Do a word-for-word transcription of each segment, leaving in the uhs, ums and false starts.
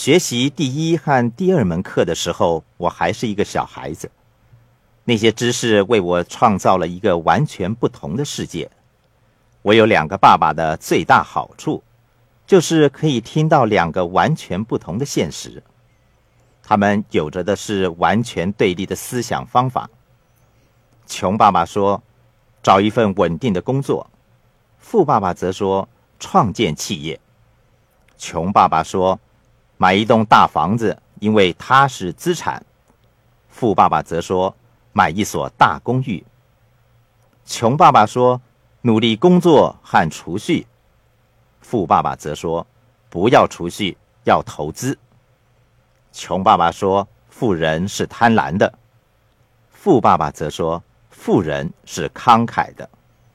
学习第一和第二门课的时候，我还是一个小孩子。那些知识为我创造了一个完全不同的世界。我有两个爸爸的最大好处，就是可以听到两个完全不同的现实。他们有着的是完全对立的思想方法。穷爸爸说，找一份稳定的工作；富爸爸则说，创建企业。穷爸爸说，买一栋大房子，因为它是资产；富爸爸则说，买一所大公寓。穷爸爸说，努力工作和储蓄；富爸爸则说，不要储蓄，要投资。穷爸爸说，富人是贪婪的；富爸爸则说，富人是慷慨的。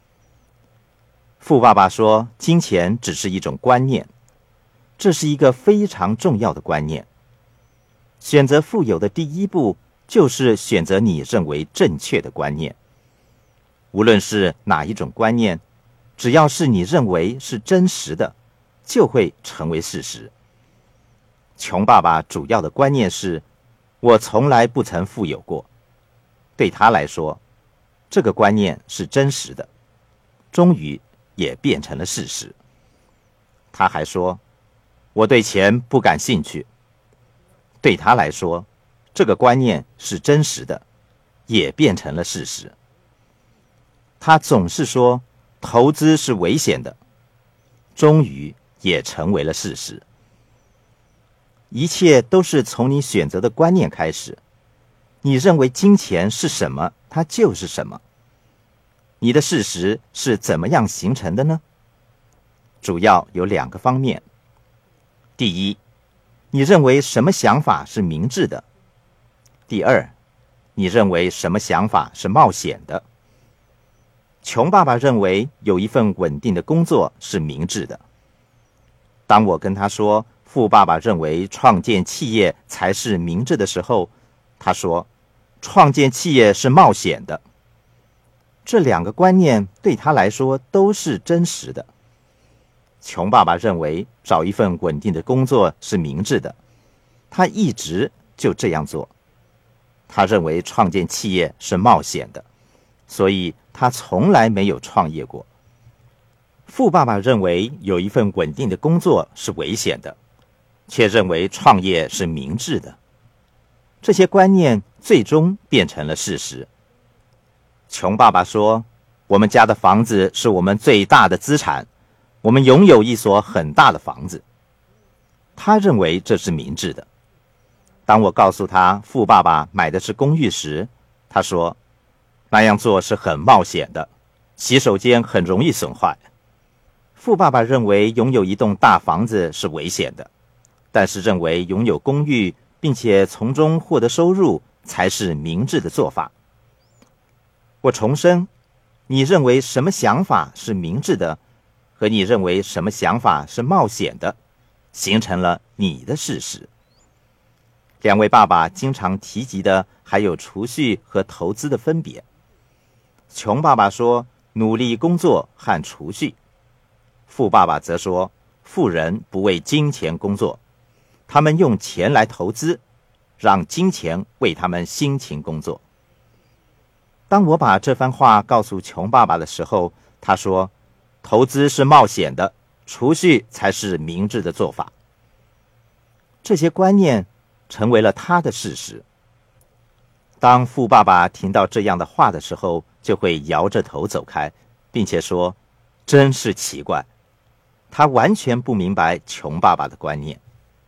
富爸爸说，金钱只是一种观念，这是一个非常重要的观念。选择富有的第一步，就是选择你认为正确的观念。无论是哪一种观念，只要是你认为是真实的，就会成为事实。穷爸爸主要的观念是，我从来不曾富有过。对他来说，这个观念是真实的，终于也变成了事实。他还说，我对钱不感兴趣。对他来说，这个观念是真实的，也变成了事实。他总是说，投资是危险的，终于也成为了事实。一切都是从你选择的观念开始。你认为金钱是什么，它就是什么。你的事实是怎么样形成的呢？主要有两个方面。第一，你认为什么想法是明智的？第二，你认为什么想法是冒险的？穷爸爸认为有一份稳定的工作是明智的。当我跟他说，富爸爸认为创建企业才是明智的时候，他说，创建企业是冒险的。这两个观念对他来说都是真实的。穷爸爸认为找一份稳定的工作是明智的，他一直就这样做。他认为创建企业是冒险的，所以他从来没有创业过。富爸爸认为有一份稳定的工作是危险的，却认为创业是明智的。这些观念最终变成了事实。穷爸爸说，我们家的房子是我们最大的资产，我们拥有一所很大的房子。他认为这是明智的。当我告诉他富爸爸买的是公寓时，他说，那样做是很冒险的，洗手间很容易损坏。富爸爸认为拥有一栋大房子是危险的，但是认为拥有公寓并且从中获得收入才是明智的做法。我重申，你认为什么想法是明智的，和你认为什么想法是冒险的，形成了你的事实。两位爸爸经常提及的还有储蓄和投资的分别。穷爸爸说，努力工作和储蓄；富爸爸则说，富人不为金钱工作，他们用钱来投资，让金钱为他们辛勤工作。当我把这番话告诉穷爸爸的时候，他说，投资是冒险的，储蓄才是明智的做法。这些观念成为了他的事实。当富爸爸听到这样的话的时候，就会摇着头走开，并且说，真是奇怪，他完全不明白穷爸爸的观念。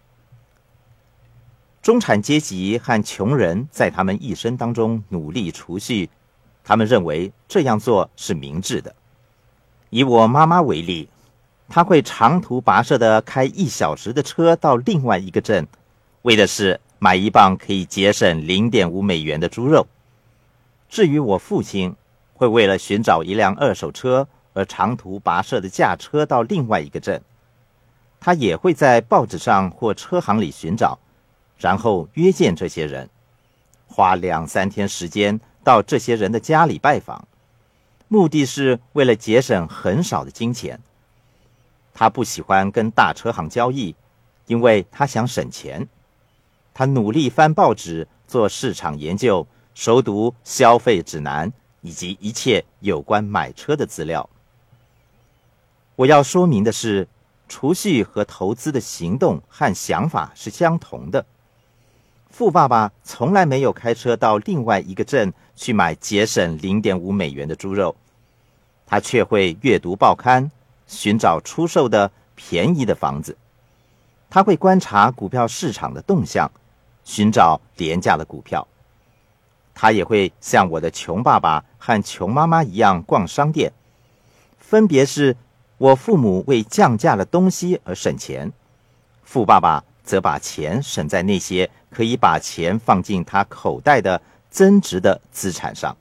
中产阶级和穷人在他们一生当中努力储蓄，他们认为这样做是明智的。以我妈妈为例，她会长途跋涉地开一小时的车到另外一个镇，为的是买一磅可以节省 零点五美元的猪肉。至于我父亲，会为了寻找一辆二手车而长途跋涉的驾车到另外一个镇。他也会在报纸上或车行里寻找，然后约见这些人，花两三天时间到这些人的家里拜访，目的是为了节省很少的金钱。他不喜欢跟大车行交易， 因为他想省钱。他努力翻报纸，做市场研究，熟读消费指南以及一切有关买车的资料。我要说明的是，储蓄和投资的行动和想法是相同的。富爸爸从来没有开车到另外一个镇去买节省 零点五 美元的猪肉，他却会阅读报刊，寻找出售的便宜的房子。他会观察股票市场的动向，寻找廉价的股票。他也会像我的穷爸爸和穷妈妈一样逛商店，分别是我父母为降价的东西而省钱，富爸爸则把钱省在那些可以把钱放进他口袋的增值的资产上。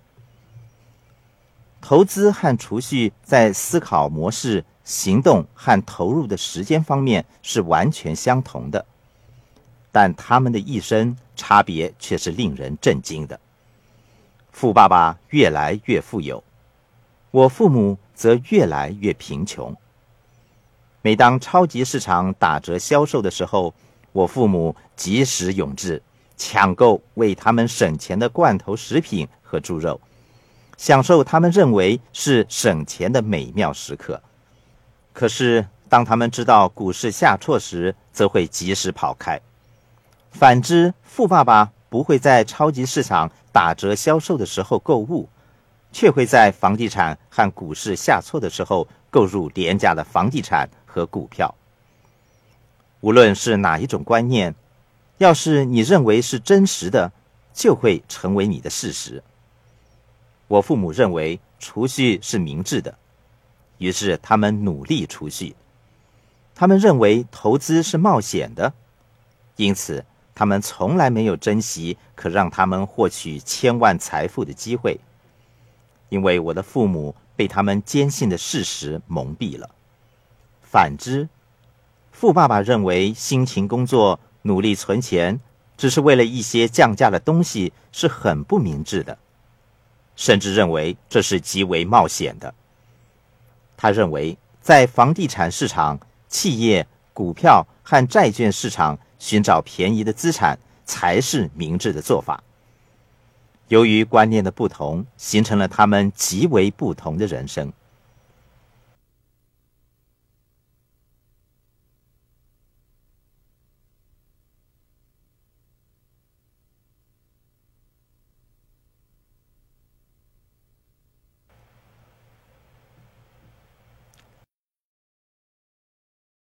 投资和储蓄在思考模式、行动和投入的时间方面是完全相同的，但他们的一生差别却是令人震惊的。富爸爸越来越富有，我父母则越来越贫穷。每当超级市场打折销售的时候，我父母及时涌至，抢购为他们省钱的罐头食品和猪肉，享受他们认为是省钱的美妙时刻。可是当他们知道股市下挫时，则会及时跑开。反之，富爸爸不会在超级市场打折销售的时候购物，却会在房地产和股市下挫的时候购入廉价的房地产和股票。无论是哪一种观念，要是你认为是真实的，就会成为你的事实。我父母认为储蓄是明智的，于是他们努力储蓄。他们认为投资是冒险的，因此他们从来没有珍惜可让他们获取千万财富的机会，因为我的父母被他们坚信的事实蒙蔽了。反之，富爸爸认为辛勤工作、努力存钱，只是为了一些降价的东西，是很不明智的，甚至认为这是极为冒险的。他认为在房地产市场、企业、股票和债券市场寻找便宜的资产才是明智的做法。由于观念的不同，形成了他们极为不同的人生。